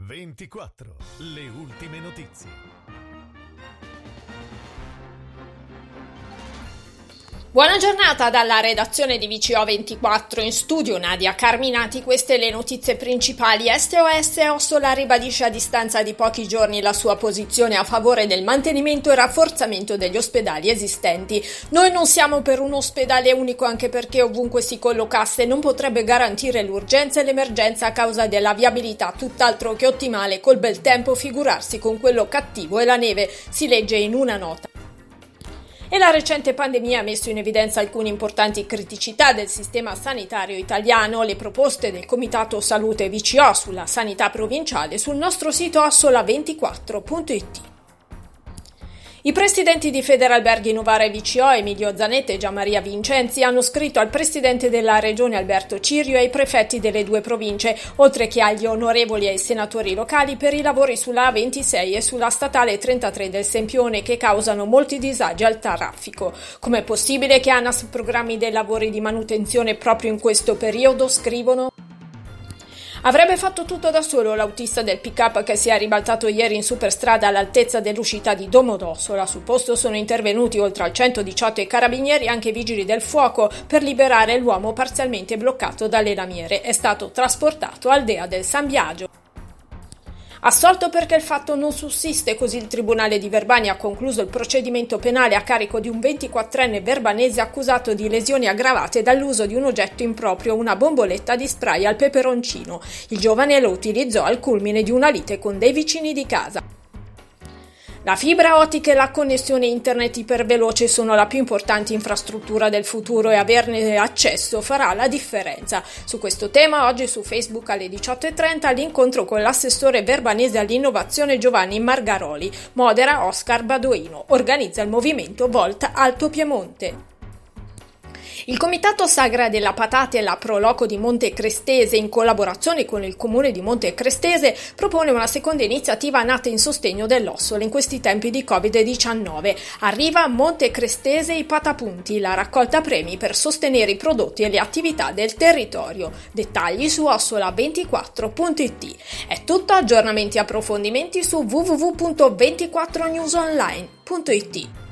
24. Le ultime notizie. Buona giornata dalla redazione di VCO24, in studio Nadia Carminati. Queste le notizie principali. SOS Ossola ribadisce a distanza di pochi giorni la sua posizione a favore del mantenimento e rafforzamento degli ospedali esistenti. Noi non siamo per un ospedale unico, anche perché ovunque si collocasse non potrebbe garantire l'urgenza e l'emergenza a causa della viabilità tutt'altro che ottimale col bel tempo, figurarsi con quello cattivo e la neve, si legge in una nota. E la recente pandemia ha messo in evidenza alcune importanti criticità del sistema sanitario italiano. Le proposte del Comitato Salute VCO sulla sanità provinciale sul nostro sito assola24.it. I presidenti di Federalberghi Novara e VCO, Emilio Zanetta e Gianmaria Vincenzi, hanno scritto al presidente della regione Alberto Cirio e ai prefetti delle due province, oltre che agli onorevoli e ai senatori locali, per i lavori sulla A26 e sulla statale 33 del Sempione, che causano molti disagi al traffico. Com'è possibile che ANAS programmi dei lavori di manutenzione proprio in questo periodo, scrivono? Avrebbe fatto tutto da solo l'autista del pick-up che si è ribaltato ieri in superstrada all'altezza dell'uscita di Domodossola. Sul posto sono intervenuti, oltre al 118 e carabinieri, anche i vigili del fuoco per liberare l'uomo parzialmente bloccato dalle lamiere. È stato trasportato al DEA del San Biagio. Assolto perché il fatto non sussiste, così il Tribunale di Verbania ha concluso il procedimento penale a carico di un 24enne verbanese accusato di lesioni aggravate dall'uso di un oggetto improprio, una bomboletta di spray al peperoncino. Il giovane lo utilizzò al culmine di una lite con dei vicini di casa. La fibra ottica e la connessione internet iperveloce sono la più importante infrastruttura del futuro e averne accesso farà la differenza. Su questo tema oggi su Facebook alle 18:30 l'incontro con l'assessore verbanese all'innovazione Giovanni Margaroli. Modera Oscar Badoino. Organizza il movimento Volt Alto Piemonte. Il Comitato Sagra della Patata e la Proloco di Monte Crestese, in collaborazione con il comune di Monte Crestese, propone una seconda iniziativa nata in sostegno dell'Ossola in questi tempi di Covid-19. Arriva a Monte Crestese i Patapunti, la raccolta premi per sostenere i prodotti e le attività del territorio. Dettagli su assola24.it. È tutto, aggiornamenti e approfondimenti su www.24newsonline.it.